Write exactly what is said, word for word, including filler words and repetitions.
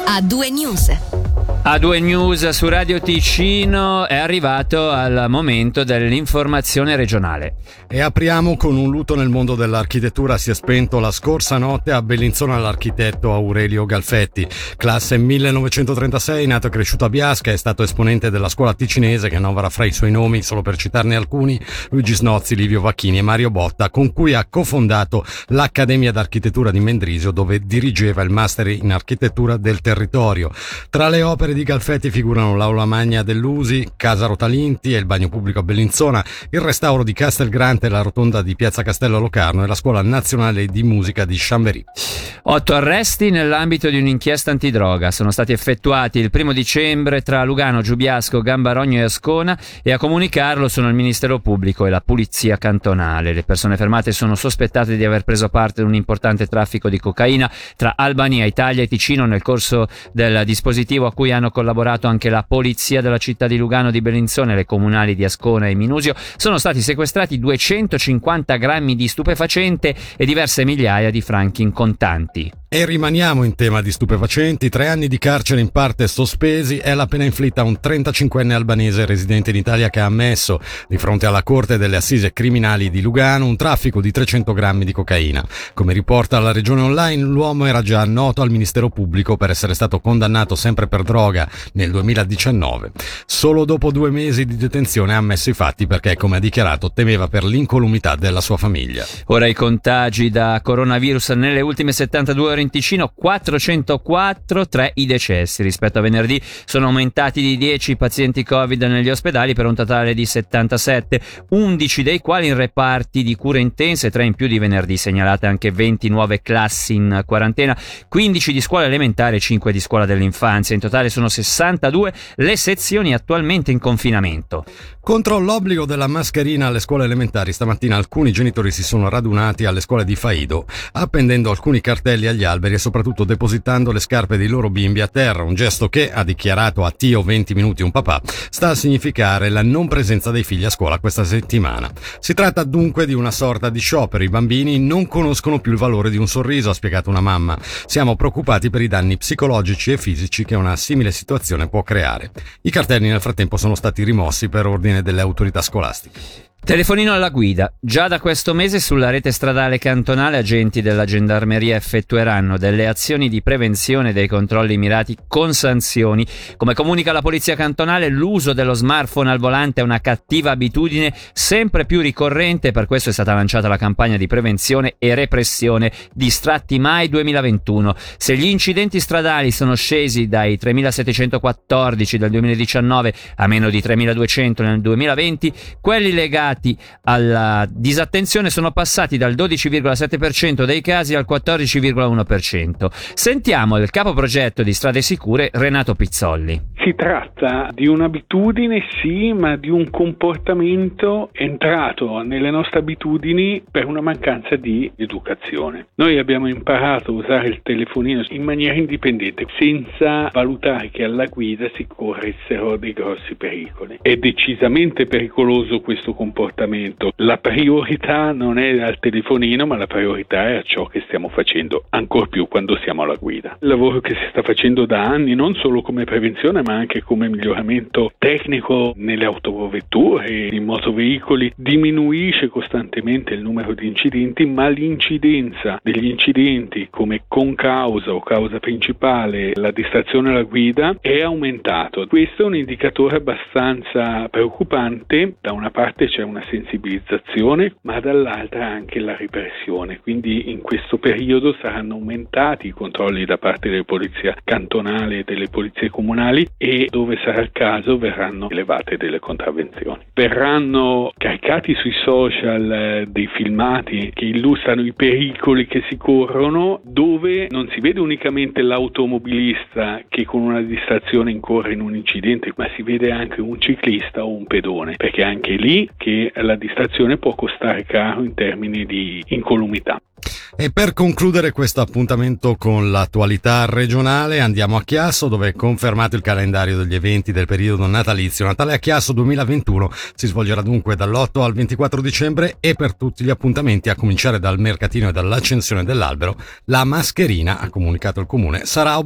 A due News. A due News su Radio Ticino è arrivato al momento dell'informazione regionale. E apriamo con un lutto nel mondo dell'architettura. Si è spento la scorsa notte a Bellinzona l'architetto Aurelio Galfetti, classe millenovecentotrentasei, nato e cresciuto a Biasca, è stato esponente della scuola ticinese che annovera fra i suoi nomi, solo per citarne alcuni, Luigi Snozzi, Livio Vacchini e Mario Botta, con cui ha cofondato l'Accademia d'Architettura di Mendrisio, dove dirigeva il master in architettura del territorio. Tra le opere di Galfetti figurano l'Aula Magna dell'Usi, Casa Rotalinti e il bagno pubblico a Bellinzona, il restauro di Castelgrante e la rotonda di Piazza Castello Locarno e la Scuola Nazionale di Musica di Chambéry. Otto arresti nell'ambito di un'inchiesta antidroga sono stati effettuati il primo dicembre tra Lugano, Giubiasco, Gambarogno e Ascona, e a comunicarlo sono il Ministero Pubblico e la Polizia Cantonale. Le persone fermate sono sospettate di aver preso parte ad un importante traffico di cocaina tra Albania, Italia e Ticino nel corso del dispositivo a cui hanno collaborato anche la polizia della città di Lugano, di Bellinzona e le comunali di Ascona e Minusio. Sono stati sequestrati duecentocinquanta grammi di stupefacente e diverse migliaia di franchi in contanti. E rimaniamo in tema di stupefacenti. Tre anni di carcere in parte sospesi è la pena inflitta a un trentacinquenne albanese residente in Italia che ha ammesso, di fronte alla Corte delle Assise Criminali di Lugano, un traffico di trecento grammi di cocaina. Come riporta la Regione Online, l'uomo era già noto al Ministero Pubblico per essere stato condannato sempre per droga nel duemiladiciannove. Solo dopo due mesi di detenzione ha ammesso i fatti perché, come ha dichiarato, temeva per l'incolumità della sua famiglia. Ora i contagi da coronavirus nelle ultime settantadue ore in Ticino, quattrocentoquattro, tre i decessi. Rispetto a venerdì sono aumentati di dieci pazienti Covid negli ospedali per un totale di settantasette, undici dei quali in reparti di cure intense, tre in più di venerdì. Segnalate anche venti nuove classi in quarantena, quindici di scuola elementare e cinque di scuola dell'infanzia. In totale sono sessantadue le sezioni attualmente in confinamento. Contro l'obbligo della mascherina alle scuole elementari, stamattina alcuni genitori si sono radunati alle scuole di Faido, appendendo alcuni cartelli agli alberi e soprattutto depositando le scarpe dei loro bimbi a terra, un gesto che, ha dichiarato a Tio venti minuti un papà, sta a significare la non presenza dei figli a scuola questa settimana. Si tratta dunque di una sorta di sciopero. I bambini non conoscono più il valore di un sorriso, ha spiegato una mamma. Siamo preoccupati per i danni psicologici e fisici che una simile situazione può creare. I cartelli nel frattempo sono stati rimossi per ordine delle autorità scolastiche. Telefonino alla guida. Già da questo mese sulla rete stradale cantonale agenti della gendarmeria effettueranno delle azioni di prevenzione dei controlli mirati con sanzioni. Come comunica la polizia cantonale, l'uso dello smartphone al volante è una cattiva abitudine sempre più ricorrente, per questo è stata lanciata la campagna di prevenzione e repressione Distratti Mai duemilaventuno. Se gli incidenti stradali sono scesi dai tremilasettecentoquattordici del duemiladiciannove a meno di tremiladuecento nel duemilaventi, quelli legati alla disattenzione sono passati dal dodici virgola sette per cento dei casi al quattordici virgola uno per cento. Sentiamo il capo progetto di Strade Sicure, Renato Pizzolli. Si tratta di un'abitudine, sì, ma di un comportamento entrato nelle nostre abitudini per una mancanza di educazione. Noi abbiamo imparato a usare il telefonino in maniera indipendente, senza valutare che alla guida si corressero dei grossi pericoli. È decisamente pericoloso questo comportamento. La priorità non è al telefonino, ma la priorità è a ciò che stiamo facendo, ancor più quando siamo alla guida. Il lavoro che si sta facendo da anni, non solo come prevenzione, ma anche come miglioramento tecnico nelle autovetture, in motoveicoli, diminuisce costantemente il numero di incidenti, ma l'incidenza degli incidenti come concausa o causa principale, la distrazione alla guida, è aumentato. Questo è un indicatore abbastanza preoccupante. Da una parte c'è una sensibilizzazione, ma dall'altra anche la repressione. Quindi in questo periodo saranno aumentati i controlli da parte delle polizie cantonali e delle polizie comunali, e dove sarà il caso verranno elevate delle contravvenzioni. Verranno caricati sui social eh, dei filmati che illustrano i pericoli che si corrono, dove non si vede unicamente l'automobilista che con una distrazione incorre in un incidente, ma si vede anche un ciclista o un pedone, perché è anche lì che la distrazione può costare caro in termini di incolumità. E per concludere questo appuntamento con l'attualità regionale andiamo a Chiasso, dove è confermato il calendario degli eventi del periodo natalizio. Natale a Chiasso duemilaventuno si svolgerà dunque dall'otto al ventiquattro dicembre, e per tutti gli appuntamenti, a cominciare dal mercatino e dall'accensione dell'albero, la mascherina, ha comunicato il comune, sarà